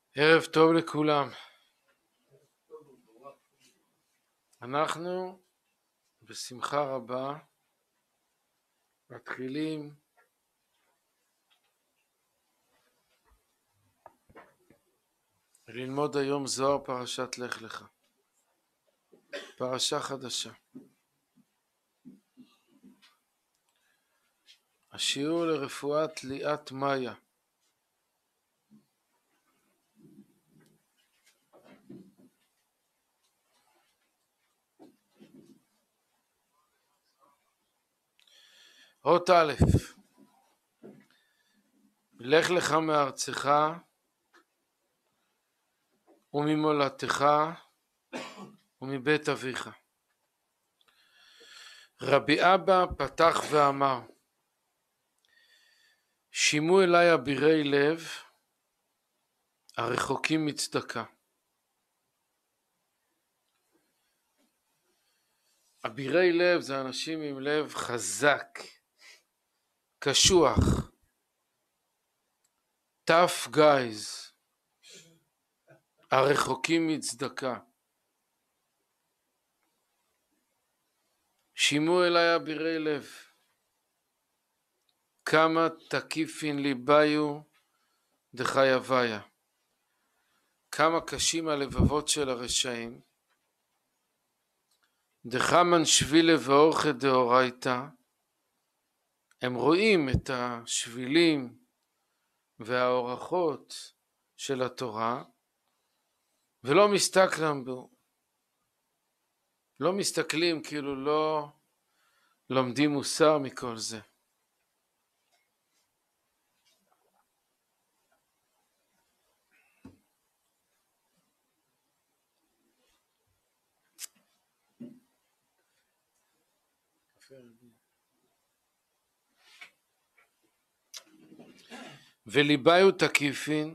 ערב טוב לכולם. אנחנו בשמחה רבה מתחילים ללמוד היום זוהר פרשת לך לך, פרשה חדשה. השיעור לרפואת ליאת מאיה. אות א', לך לך מארצך וממולדתך ומבית אביך. רבי אבא פתח ואמר, שימו אליי אבירי לב הרחוקים מצדקה. אבירי לב זה אנשים עם לב חזק, קשוח, tough guys, הרחוקים מצדקה. שימו אליי אבירי לב, כמה תקיפין ליבאיו דחייביה. כמה קשים הלבבות של הרשעים. דחמן שבילה ואורכת דאורייתא. הם רואים את השבילים והאורחות של התורה ולא מסתכלים בו. לא מסתכלים, כאילו לא לומדים מוסר מכל זה. וליבאיו תקיפין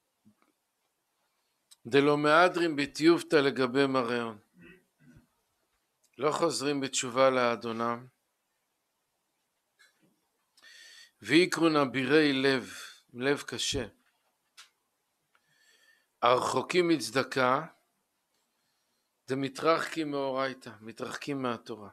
דלא מהדרין בתיובתא לגבי מראון. לא חוזרים בתשובה לאדונם. ויקרון אבירי לב, לב קשה, הרחוקים מצדקה דמתרחקים מאורייתא, מתרחקים מהתורה.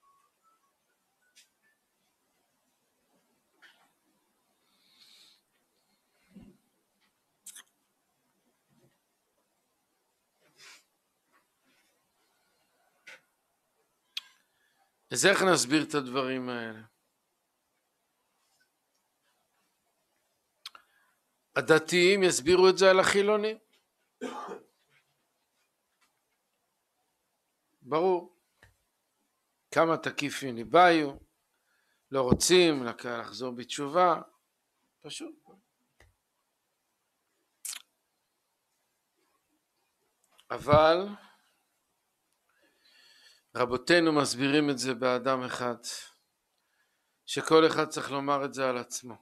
אז איך נסביר את הדברים האלה? הדתיים יסבירו את זה על החילונים. ברור. כמה תקיפין ליבאיו, לא רוצים לחזור בתשובה, פשוט. אבל רבותינו מסבירים את זה באדם אחד, שכל אחד צריך לומר את זה על עצמו.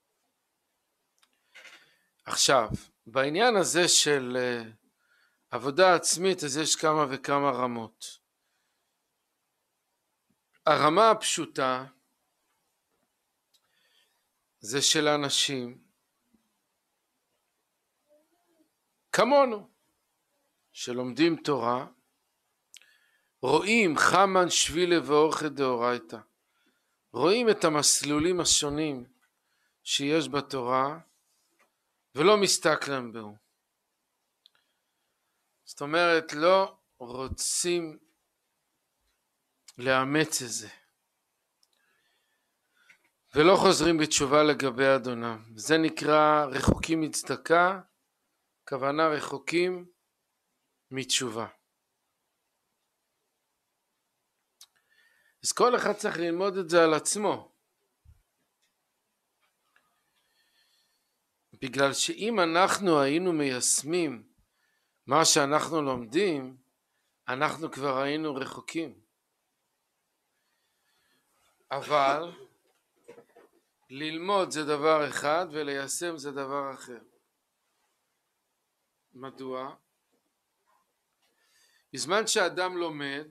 עכשיו, בעניין הזה של עבודה עצמית, אז יש כמה וכמה רמות. הרמה הפשוטה זה של אנשים כמונו, שלומדים תורה, רואים חמן שבילה ואורכת דאורייתא, רואים את המסלולים השונים שיש בתורה ולא מסתכלים בו. זאת אומרת, לא רוצים לאמץ את זה ולא חוזרים בתשובה לגבי אדונם. זה נקרא רחוקים מצדקה, כוונה רחוקים מתשובה. אז כל אחד צריך ללמוד את זה על עצמו, בגלל שאם אנחנו היינו מיישמים מה שאנחנו לומדים, אנחנו כבר היינו רחוקים. אבל ללמוד זה דבר אחד וליישם זה דבר אחר. מדוע? בזמן שאדם לומד,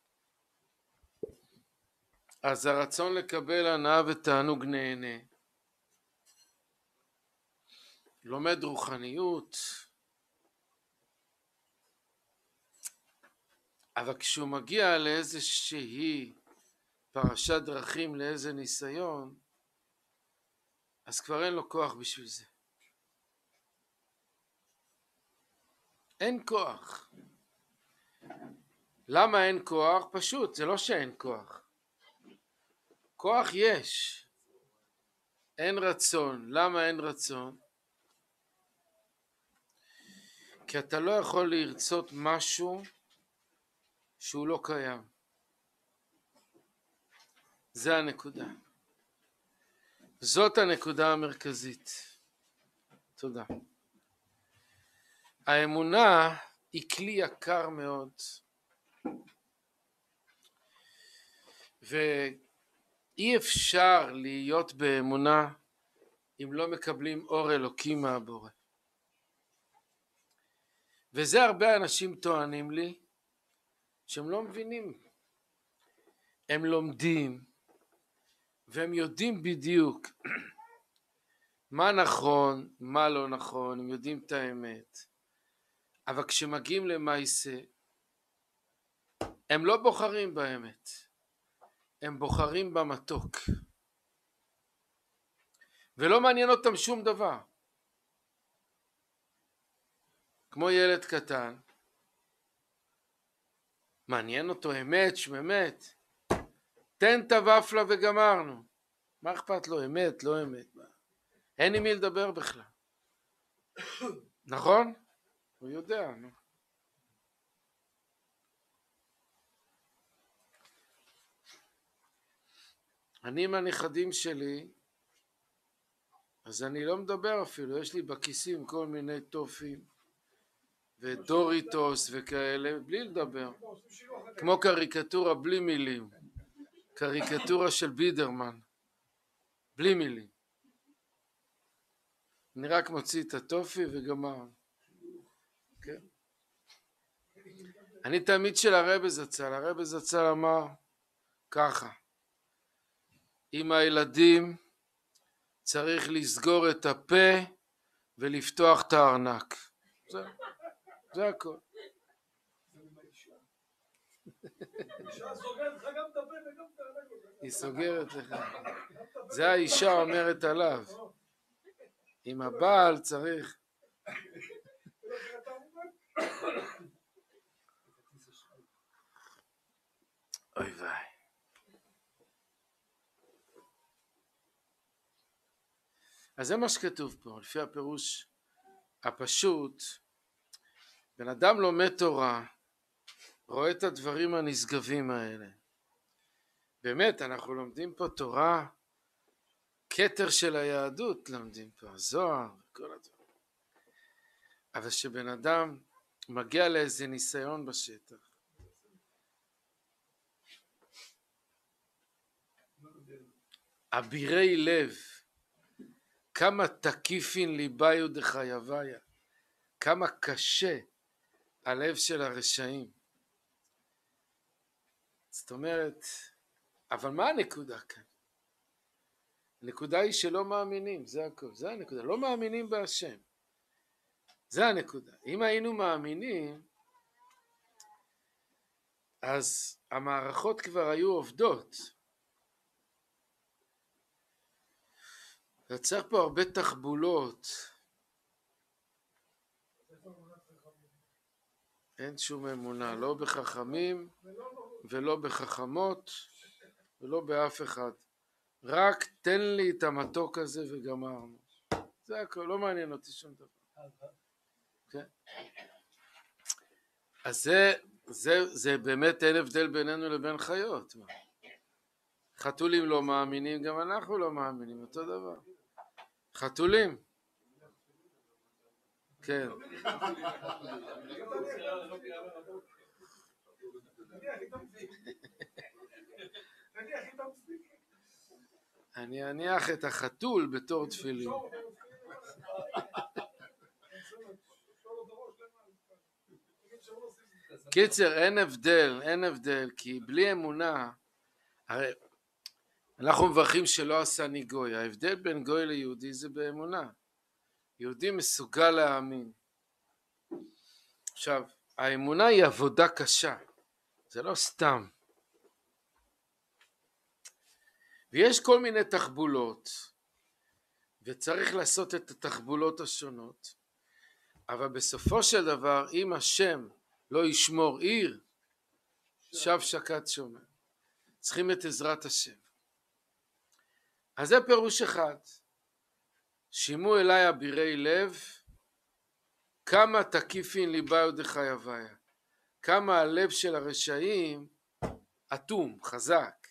אז הרצון לקבל הנאה ותענוג נהנה. לומד רוחניות, אבל כשהוא מגיע לאיזושהי פרשת דרכים, לאיזה ניסיון, אז כבר אין לו כוח בשביל זה. אין כוח. למה אין כוח? פשוט, זה לא שאין כוח. כוח יש. אין רצון. למה אין רצון? כי אתה לא יכול לרצות משהו שהוא לא קיים. זה הנקודה. זאת הנקודה המרכזית. תודה. האמונה היא כלי יקר מאוד. ואי אפשר להיות באמונה אם לא מקבלים אור אלוקי מהבורא. וזה הרבה אנשים טוענים לי שהם לא מבינים. הם לומדים והם יודעים בדיוק מה נכון, מה לא נכון, הם יודעים את האמת. אבל כשמגיעים למעשה, הם לא בוחרים באמת. הם בוחרים במתוק. ולא מעניין אותם שום דבר. כמו ילד קטן, מעניין אותו אמת, שממת. תן את הוופלה וגמרנו. מה אכפת לו, אמת, לא אמת? אין עם מי לדבר בכלל. נכון? הוא יודע, נו. אני עם הנכדים שלי, אז אני לא מדבר אפילו, יש לי בכיסים כל מיני טופים ודוריטוס וכאלה, בלי לדבר. כמו קריקטורה בלי מילים. קריקטורה של בידרמן. בלי מילים. אני רק מוציא את הטופי וגמר. כן? אני תלמיד של הרבי זצ"ל. הרבי זצ"ל אמר ככה: עם הילדים צריך לסגור את הפה ולפתוח את הארנק. זה הכל. היא סוגרת לך. זה האישה אומרת עליו. עם הבעל צריך. אוי ויי. אז זה מה שכתוב פה, לפי הפירוש הפשוט. בן אדם לומד תורה, רואה את הדברים הנשגבים האלה. באמת, אנחנו לומדים פה תורה, כתר של היהדות למדים פה, הזוהר, כל הדברים. אבל שבן אדם מגיע לאיזה ניסיון בשטח, אבירי לב, כמה תקיפין ליבאיו דחייביה, כמה קשה הלב של הרשעים. זאת אומרת, אבל מה הנקודה כאן? הנקודה היא שלא מאמינים, זה הכל, זה הנקודה, לא מאמינים בהשם. זה הנקודה. אם היינו מאמינים, אז המערכות כבר היו עובדות. צריך פה הרבה תחבולות. אין שום אמונה, לא בחכמים ולא בחכמות ולא באף אחד. רק תן לי את המתוק הזה וגמרנו. זה הכל, לא מעניין אותי שום דבר. כן. אז זה באמת אין הבדל בינינו לבין חיות. חתולים לא מאמינים, גם אנחנו לא מאמינים, אותו דבר. חתולים. כן. אני אניח את החתול בתור תפילין. קיצר, אין הבדל, כי בלי אמונה, הרי אנחנו מברכים שלא עשני גוי. ההבדל בין גוי ליהודי זה באמונה. יהודי מסוגל להאמין. עכשיו, האמונה היא עבודה קשה. זה לא סתם. ויש כל מיני תחבולות, וצריך לעשות את התחבולות השונות, אבל בסופו של דבר, אם השם לא ישמור עיר, שב שקד שומר. צריכים את עזרת השם. אז זה פירוש אחד. שימו אליי אבירי לב, כמה תקיפין ליבאו דחייביה. כמה הלב של הרשעים אטום, חזק.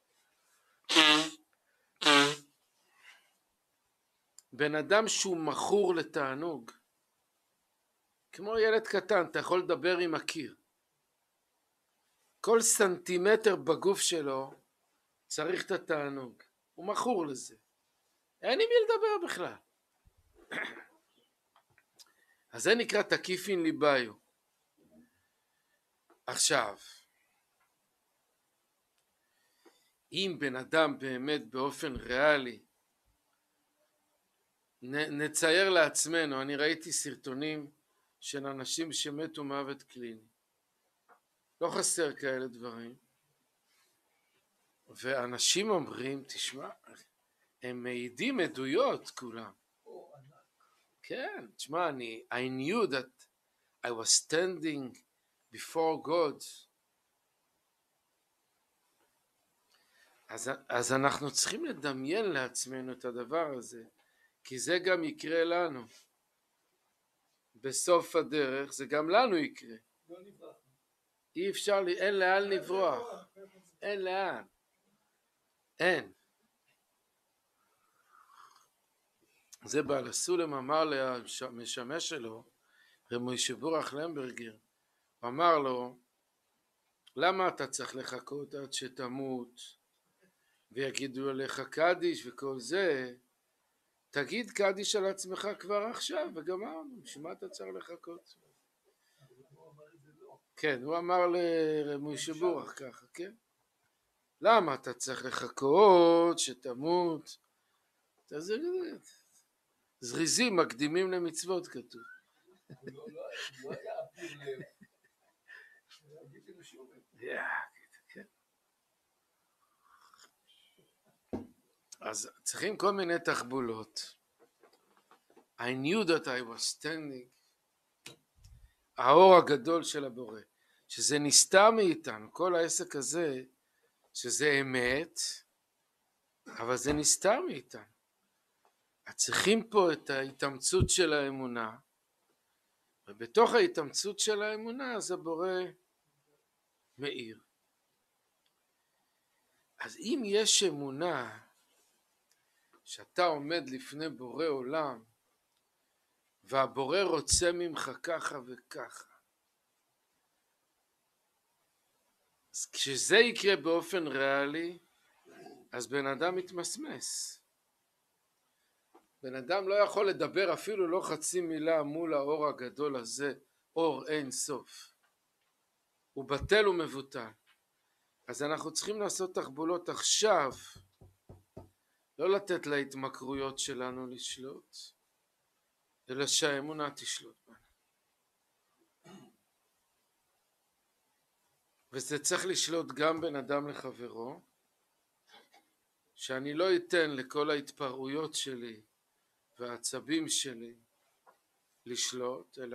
בן אדם שהוא מכור לתענוג, כמו ילד קטן, אתה יכול לדבר עם הקיר. כל סנטימטר בגוף שלו צריך את התענוג. הוא מכור לזה. אין עם מי לדבר בכלל. אז זה נקרא תקיפין ליבאו. עכשיו, אם בן אדם באמת באופן ריאלי, נצייר לעצמנו, אני ראיתי סרטונים של אנשים שמתו מוות קליני. לא חסר כאלה דברים. ואנשים אומרים, תשמע, הם מעידים עדויות כולם. כן, תשמע, I knew that I was standing before God. אז אנחנו צריכים לדמיין לעצמנו את הדבר הזה, כי זה גם יקרה לנו. בסוף הדרך זה גם לנו יקרה. אי אפשר, אין לאן לברוח. אין לאן. אין. זה בעל הסולם אמר למשמש שלו, רב מוישה בורח למברגר, הוא אמר לו, למה אתה צריך לחכות עד שתמות ויגידו עליך קדיש וכל זה? תגיד קדיש על עצמך כבר עכשיו וגמרנו, שמה אתה צריך לחכות? כן, הוא אמר לרב מוישה בורח ככה, כן? למה אתה צריך לחכות שתמות? זריזים מקדימים למצוות כתוב. הוא היה אפילו להגיד לשורים. אז צריכים כל מיני תחבולות. I knew that I was standing. האור הגדול של הבורא. שזה נסתר מאיתנו. כל העסק הזה, שזה אמת, אבל זה נסתר מאיתנו. צריכים פה את ההתאמצות של האמונה, ובתוך ההתאמצות של האמונה אז הבורא מאיר. אז אם יש אמונה שאתה עומד לפני בורא עולם והבורא רוצה ממך ככה וככה, אז כשזה יקרה באופן ריאלי, אז בן אדם מתמסמס. בן אדם לא יכול לדבר אפילו לא חצי מילה מול האור הגדול הזה, אור אין סוף. הוא בטל ומבוטל. אז אנחנו צריכים לעשות תחבולות עכשיו, לא לתת להתמכרויות שלנו לשלוט, אלא שהאמונה תשלוט בנו. וזה צריך לשלוט גם בין אדם לחברו, שאני לא אתן לכל ההתפרעויות שלי והעצבים שלי לשלוט, אלא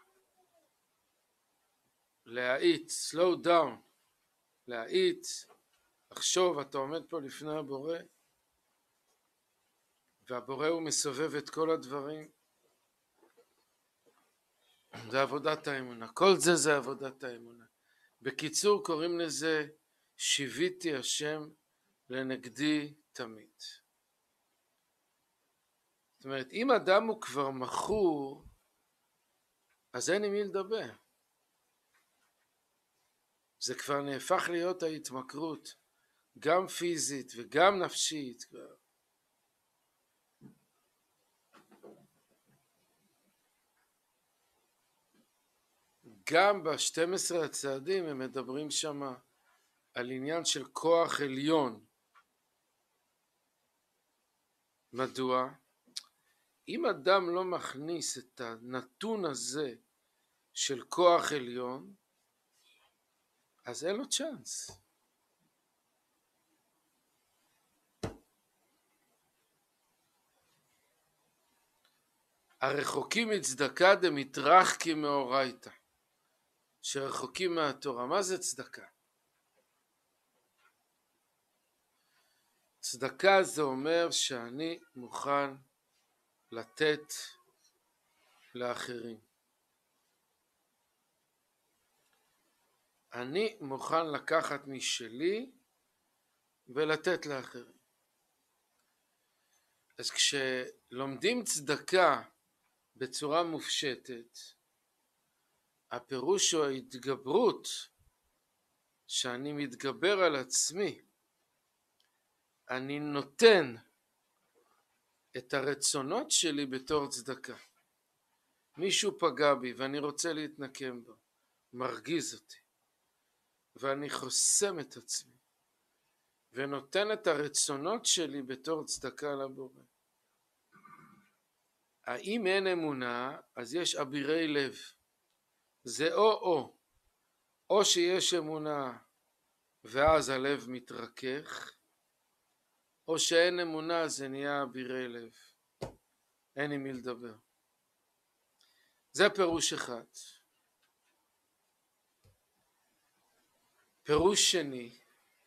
להאיט, slow down, להאיט, לחשוב, אתה עומד פה לפני הבורא, והבורא הוא מסובב את כל הדברים. זה עבודת האמונה, כל זה זה עבודת האמונה. בקיצור קוראים לזה שיוויתי השם לנגדי תמיד. זאת אומרת, אם אדם הוא כבר מכור, אז אין עם מי לדבר. זה כבר נהפך להיות ההתמכרות, גם פיזית וגם נפשית כבר. גם ב-12 הצעדים הם מדברים שם על עניין של כוח עליון. מדוע? אם אדם לא מכניס את הנתון הזה של כוח עליון, אז אין לו צ'אנס. הרחוקים מצדקה דמתרחקים מאורייתא, שרחוקים מהתורה. מה זה צדקה? צדקה זה אומר שאני מוכן לתת לאחרים. אני מוכן לקחת משלי ולתת לאחרים. אז כשלומדים צדקה בצורה מופשטת, הפירוש הוא ההתגברות, שאני מתגבר על עצמי. אני נותן את הרצונות שלי בתור צדקה. מישהו פגע בי ואני רוצה להתנקם בו, מרגיז אותי, ואני חוסם את עצמי ונותן את הרצונות שלי בתור צדקה לבורא. האם אין אמונה, אז יש אבירי לב. זה או שיש אמונה ואז הלב מתרכך, או שאין אמונה, זה נהיה אבירי לב. אין עם מי לדבר. זה פירוש אחד. פירוש שני,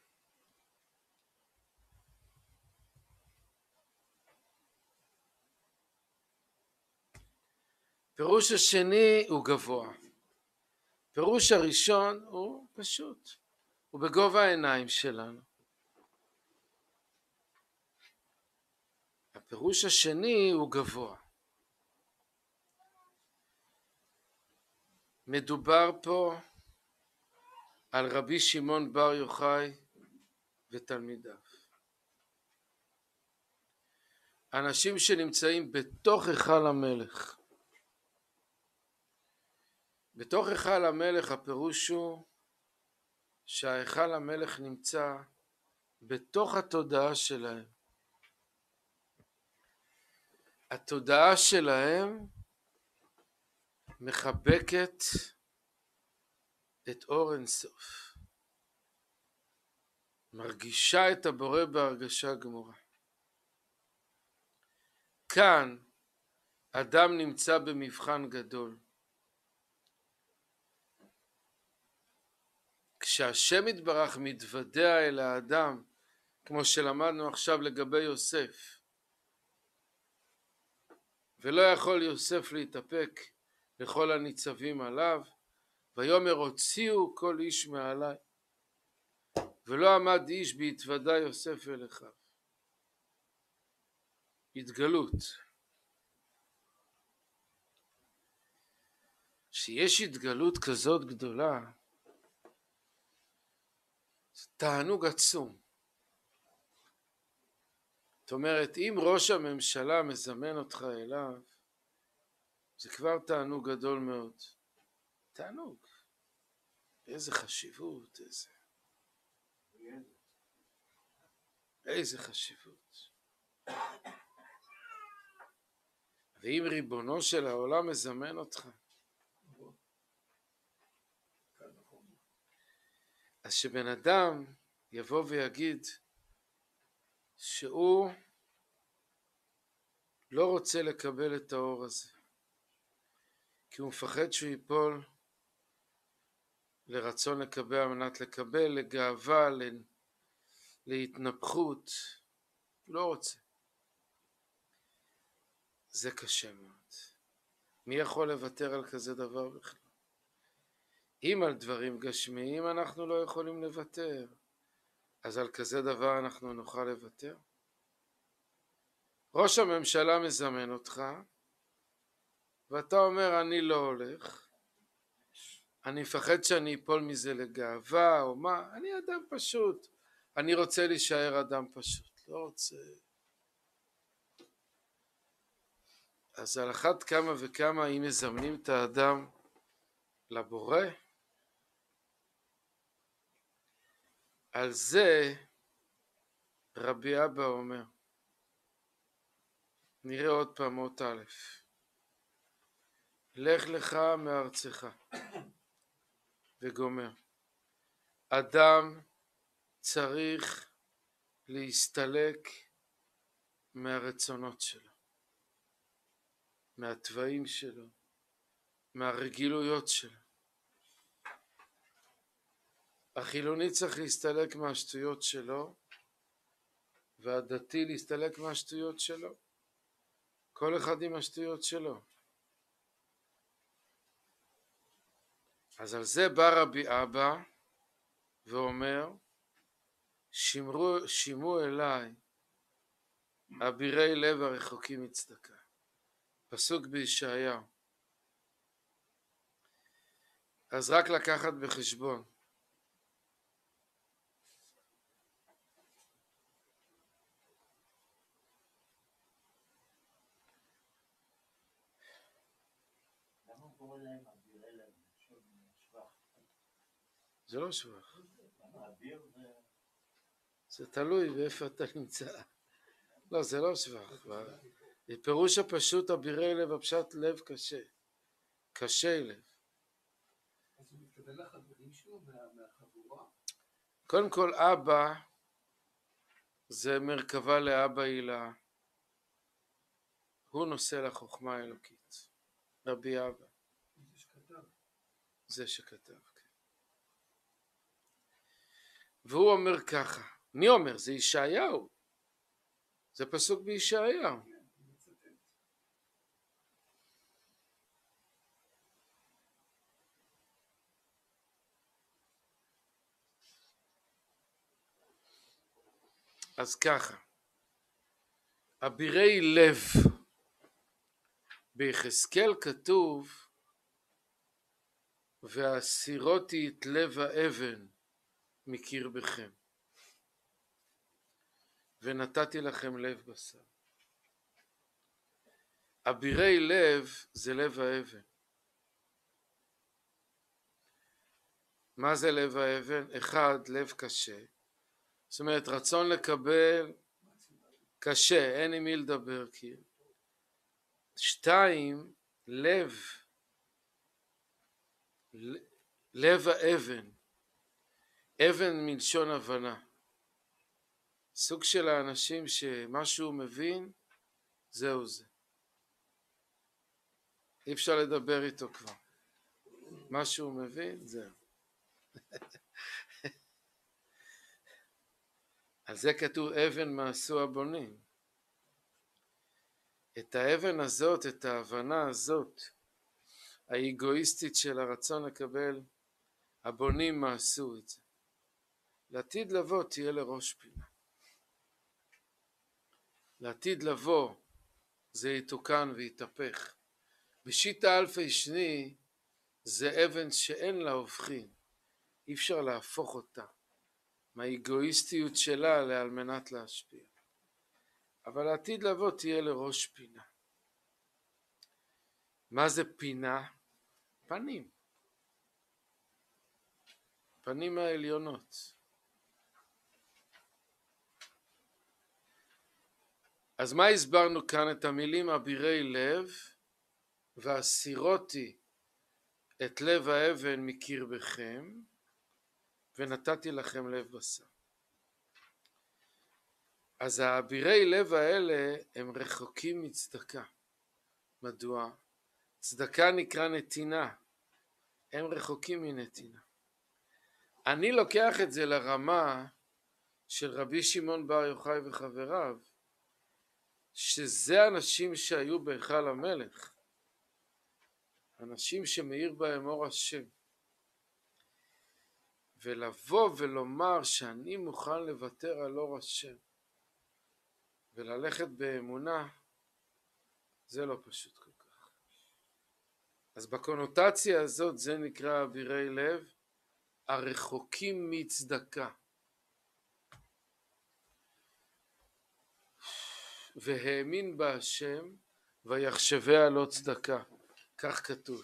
פירוש השני הוא גבוה. פירוש הראשון הוא פשוט. הוא בגובה העיניים שלנו. הפירוש השני הוא גבוה. מדובר פה על רבי שמעון בר יוחאי ותלמידיו. אנשים שנמצאים בתוך היכל המלך. בתוך היכל המלך הפירוש הוא שההיכל המלך נמצא בתוך התודעה שלהם. התודעה שלהם מחבקת את אור אין סוף. מרגישה את הבורא בהרגשה גמורה. כאן אדם נמצא במבחן גדול. כשהשם יתברך מתוודע אל האדם, כמו שלמדנו עכשיו לגבי יוסף, ולא יכול יוסף להתאפק לכל הניצבים עליו, ויאמר הוציאו כל איש מעלי, ולא עמד איש בהתוודע יוסף אל אחיו. התגלות. שיש התגלות כזאת גדולה, זה תענוג עצום. זאת אומרת, אם ראש הממשלה מזמן אותך אליו, זה כבר תענוג גדול מאוד. תענוג. איזה חשיבות, איזה חשיבות. ואם ריבונו של העולם מזמן אותך, אז שבן אדם יבוא ויגיד שהוא לא רוצה לקבל את האור הזה, כי הוא מפחד שהוא ייפול לרצון לקבל על מנת לקבל, לגאווה, להתנפחות, לא רוצה. זה קשה מאוד. מי יכול לוותר על כזה דבר בכלל? אם על דברים גשמיים אנחנו לא יכולים לוותר, אז על כזה דבר אנחנו נוכל לוותר? ראש הממשלה מזמן אותך, ואתה אומר אני לא הולך, אני מפחד שאני אפול מזה לגאווה או מה, אני אדם פשוט, אני רוצה להישאר אדם פשוט, לא רוצה. אז על אחת כמה וכמה אם מזמנים את האדם לבורא, על זה רבי אבא אומר, נראה עוד פעם אות א', לך לך מארצך וגומר, אדם צריך להסתלק מהרצונות שלו, מהטבעים שלו, מהרגילויות שלו. החילוני צריך להסתלק מהשטויות שלו, והדתי להסתלק מהשטויות שלו. כל אחד עם השטויות שלו. אז על זה בא רבי אבא ואומר, שימו אליי אבירי לב הרחוקים מצדקה. פסוק בישעיהו. אז רק לקחת בחשבון, זה לא שבח, זה תלוי באיפה אתה נמצא. לא, זה לא שבח. פירוש הפשוט אבירי לב, הפשט לב קשה, קשה לב. אז הוא מתכוון לחברים שלו מהחבורה? קודם כל אבא זה מרכבה לאבא הילה, הוא נושא לחוכמה האלוקית, רבי אבא. זה שכתב, כן. והוא אומר ככה, מי אומר? זה ישעיהו, זה פסוק בישעיהו. אז ככה, אבירי לב, ביחזקאל כתוב, והסירותי את לב האבן מקרבכם, ונתתי לכם לב בשר. אבירי לב זה לב האבן. מה זה לב האבן? אחד, לב קשה. זאת אומרת, רצון לקבל קשה, אין עם מי לדבר כאילו. שתיים, לב האבן. אבן מלשון הבנה. סוג של האנשים שמשהו מבין, זהו זה. אי אפשר לדבר איתו כבר. משהו מבין, זהו. על זה כתוב אבן מעשו הבונים. את האבן הזאת, את ההבנה הזאת, האגואיסטית של הרצון לקבל, הבונים מעשו את זה. לעתיד לבוא תהיה לראש פינה. לעתיד לבוא זה יתוקן ויתהפך. בשיטה אלפי שני זה אבן שאין לה הופכין. אי אפשר להפוך אותה מהאגואיסטיות שלה על מנת להשפיע. אבל העתיד לבוא תהיה לראש פינה. מה זה פינה? פנים. פנים העליונות. אז מה הסברנו כאן? את המילים אבירי לב, והסירותי את לב האבן מקרבכם, ונתתי לכם לב בשר. אז האבירי לב האלה הם רחוקים מצדקה. מדוע? צדקה נקרא נתינה, הם רחוקים מנתינה. אני לוקח את זה לרמה של רבי שמעון בר יוחאי וחבריו, שזה אנשים שהיו בהיכל המלך, אנשים שמאיר בהם אור השם, ולבוא ולומר שאני מוכן לוותר על אור השם וללכת באמונה, זה לא פשוט כל כך. אז בקונוטציה הזאת זה נקרא אבירי לב, הרחוקים מצדקה. והאמין בהשם ויחשביה לא צדקה, כך כתוב.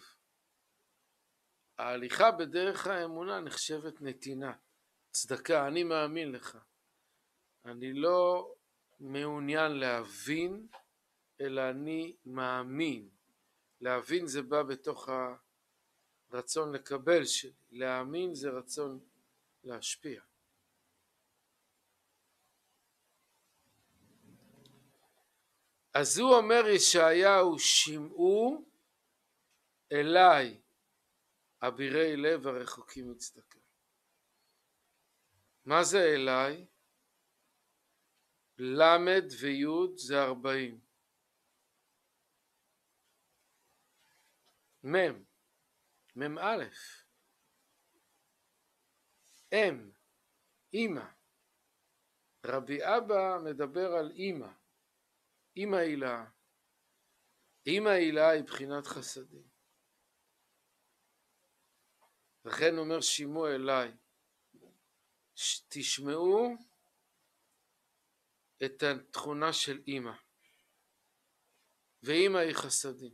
ההליכה בדרך האמונה נחשבת נתינה, צדקה, אני מאמין לך. אני לא מעוניין להבין, אלא אני מאמין. להבין זה בא בתוך הרצון לקבל שלי, להאמין זה רצון להשפיע. אז הוא אומר ישעיהו, שמעו אליי אבירי לב הרחוקים מצדקה. מה זה אליי? למד ויוד זה 40. מם א', אם, אמא. רבי אבא מדבר על אמא, אמא הילה. אמא הילה היא בחינת חסדים. לכן הוא אומר שימו אליי, תשמעו את התכונה של אמא, ואמא היא חסדים.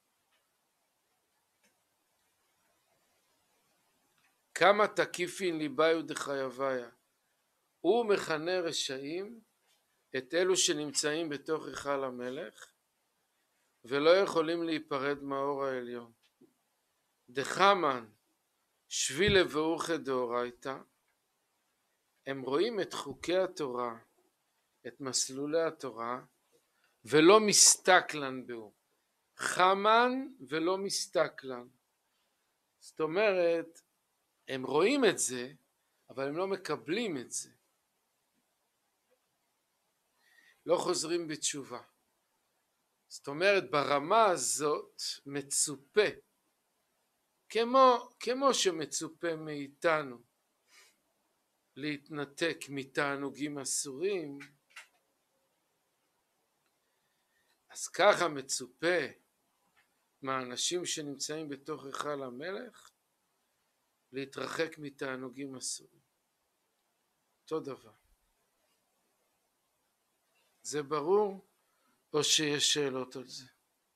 כמה תקיפין ליבאי ודחייביה. הוא מכנה רשעים את אלו שנמצאים בתוך היכל המלך ולא יכולים להיפרד מהאור העליון. דחמן שביל לבאורכי דאורייתא, הם רואים את חוקי התורה, את מסלולי התורה, ולא מסתכלן בו. חמן ולא מסתכלן. זאת אומרת, הם רואים את זה, אבל הם לא מקבלים את זה. לא חוזרים בתשובה. זאת אומרת, ברמה הזאת מצופה, כמו שמצופה מאיתנו להתנתק מתענוגים אסורים, אז ככה מצופה מהאנשים שנמצאים בתוך היכל המלך להתרחק מתענוגים אסורים. אותו דבר. זה ברור או שיש שאלות על זה?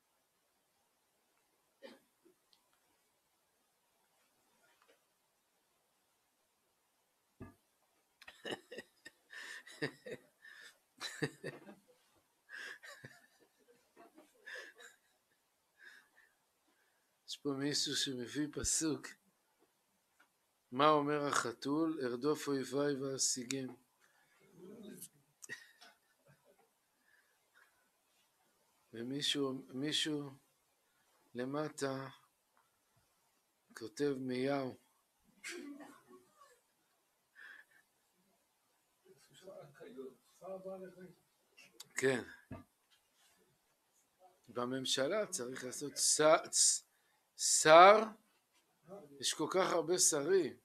יש פה מישהו שמביא פסוק. מה אומר החתול? ארדוף אויביי ואשיגם. ומישהו למטה כותב מיהו. כן. בממשלה צריך לעשות שר, יש כל כך הרבה שרים.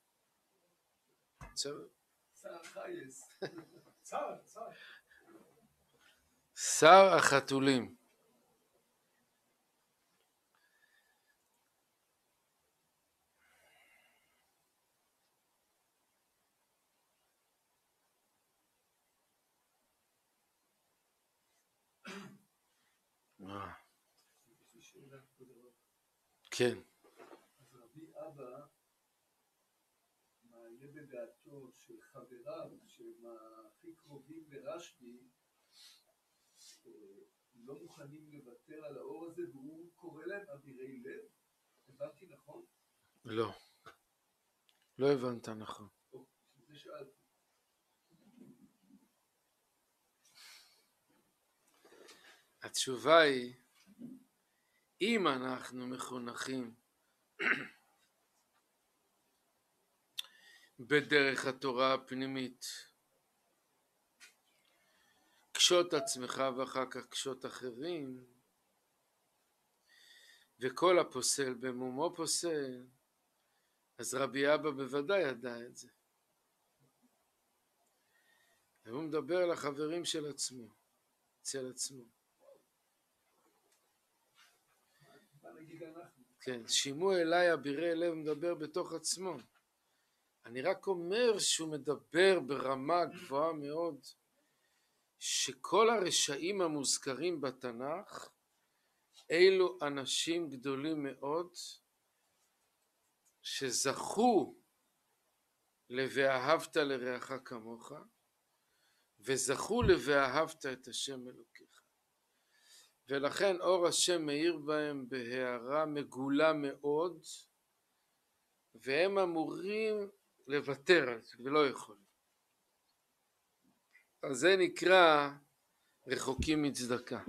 שר החתולים. כן. אז רבי אבא מעלה בדעתו של חבריו שהם הכי קרובים לרשב"י לא מוכנים לוותר על האור הזה, והוא קורא להם אבירי לב. הבנתי נכון? לא. לא הבנת נכון. זה שאלתי. התשובה היא, אם אנחנו מחונכים בדרך התורה הפנימית, קשות עצמך ואחר כך קשות אחרים, וכל הפוסל במומו פוסל, אז רבי אבא בוודאי ידע את זה. והוא מדבר לחברים של עצמו, אצל עצמו. כן, שימו אליי אבירי לב, מדבר בתוך עצמו. אני רק אומר שהוא מדבר ברמה גבוהה מאוד, שכל הרשעים המוזכרים בתנ"ך, אילו אנשים גדולים מאוד, שזכו ל"ואהבת לרעך כמוך", וזכו ל"ואהבת את השם אלוקיך. ולכן אור השם מאיר בהם בהארה מגולה מאוד, והם אמורים לוותר על זה ולא יכולים. אז זה נקרא רחוקים מצדקה.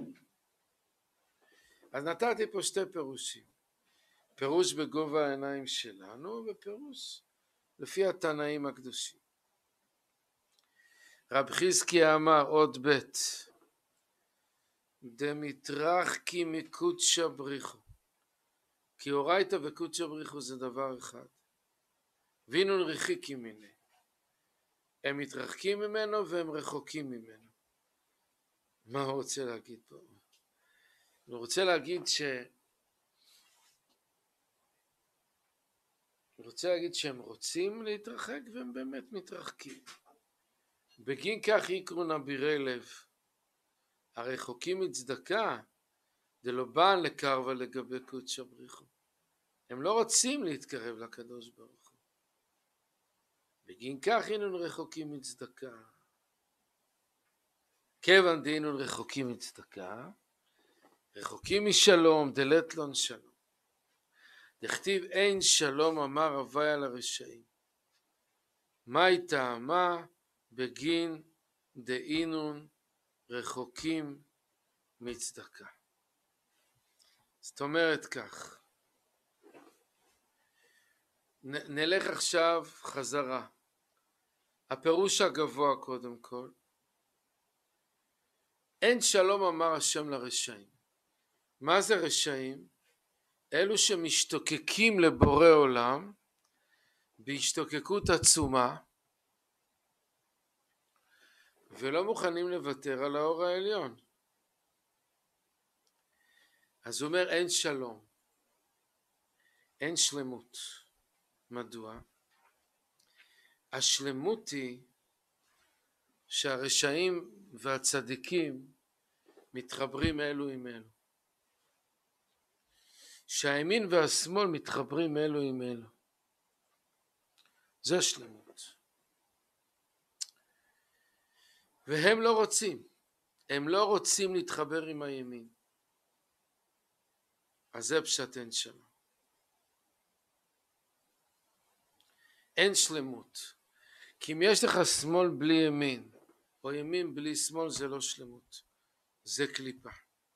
אז נתתי פה שתי פירושים. פירוש בגובה העיניים שלנו ופירוש לפי התנאים הקדושים. רב חזקיה אמר עוד בית דמיטרחקי מקודשא בריחו, כי אורייתא וקודשא בריחו זה דבר אחד, וינון רחיקי מיני, הם מתרחקים ממנו והם רחוקים ממנו. מה הוא רוצה להגיד פה? הוא רוצה להגיד שהם רוצים להתרחק והם באמת מתרחקים. בגין כך יקרון אבירי לב, הרחוקים מצדקה דלא באן לקרבה לגבי קודשא בריחו. הם לא רוצים להתקרב לקדוש ברוך הוא. בגין כך אינון רחוקים מצדקה. כיוון דאינון רחוקים מצדקה, רחוקים משלום דלתלון שלום. דכתיב אין שלום אמר הוויה לרשעים. מהי טעמה? בגין דאינון רחוקים מצדקה. זאת אומרת כך, נלך עכשיו חזרה. הפירוש הגבוה קודם כל, אין שלום אמר השם לרשעים. מה זה רשעים? אלו שמשתוקקים לבורא עולם בהשתוקקות עצומה ולא מוכנים לוותר על האור העליון. אז הוא אומר אין שלום, אין שלמות. מדוע? השלמות היא שהרשעים והצדיקים מתחברים אלו עם אלו, שהימין והשמאל מתחברים אלו עם אלו. זה השלמות. והם לא רוצים, הם לא רוצים להתחבר עם הימין. אז זה פשט אין שלום. אין שלמות. כי אם יש לך שמאל בלי ימין, או ימין בלי שמאל, זה לא שלמות. זה קליפה.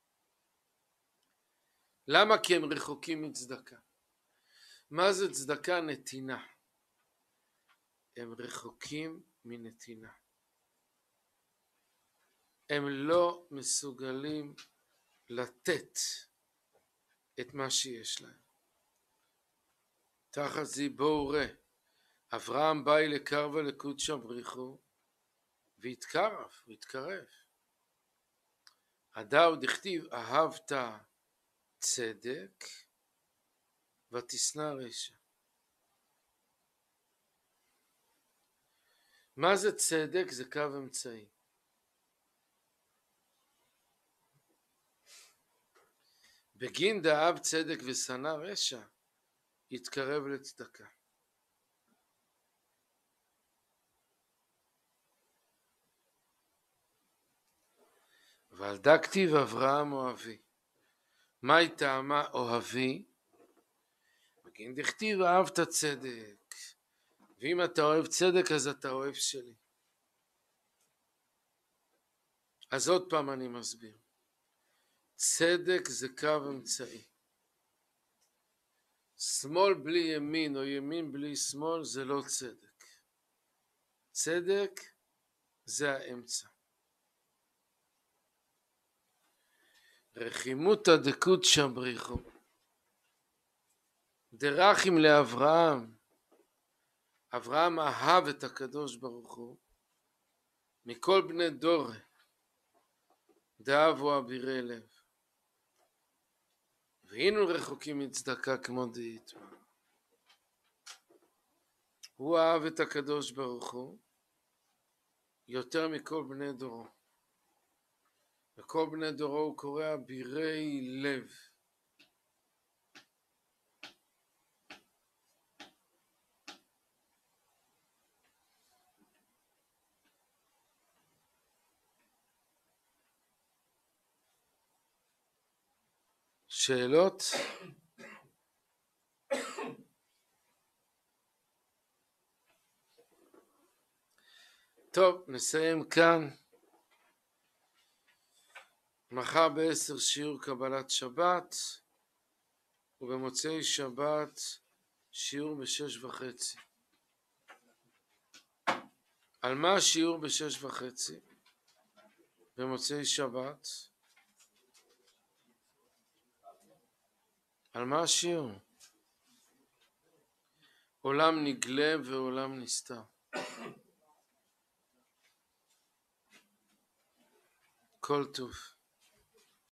למה? כי הם רחוקים מצדקה. מה זה צדקה? נתינה. הם רחוקים מנתינה. הם לא מסוגלים לתת את מה שיש להם. תחת זה בואו ראה. אברהם בא לקרבה לקודשא בריחו והתקרב, והתקרב. הדאו דכתיב אהבת צדק ותשנא רשע. מה זה צדק? זה קו אמצעי. בגין דאהב צדק ושנא רשע, יתקרב לצדקה. ועל דא כתיב אברהם אוהבי. מהי טעמה אוהבי? בגין דכתיב אהבת צדק. ואם אתה אוהב צדק אז אתה אוהב שלי. אז עוד פעם אני מסביר. צדק זה קו אמצעי. שמאל בלי ימין או ימין בלי שמאל זה לא צדק. צדק זה האמצע. רחימותא דקודשא בריחו. דרחים לאברהם. אברהם אהב את הקדוש ברוך הוא מכל בני דורי. דאבו אבירי לב. והיינו רחוקים מצדקה כמו דאיתמר. הוא אהב את הקדוש ברוך הוא יותר מכל בני דורו. וכל בני דורו הוא קורא אבירי לב. שאלות? טוב, נסיים כאן. מחר ב10 שיעור קבלת שבת, ובמוצאי שבת שיעור ב6:30. על מה השיעור ב6:30? במוצאי שבת? על מה השיעור? עולם נגלה ועולם נסתר. כל טוב.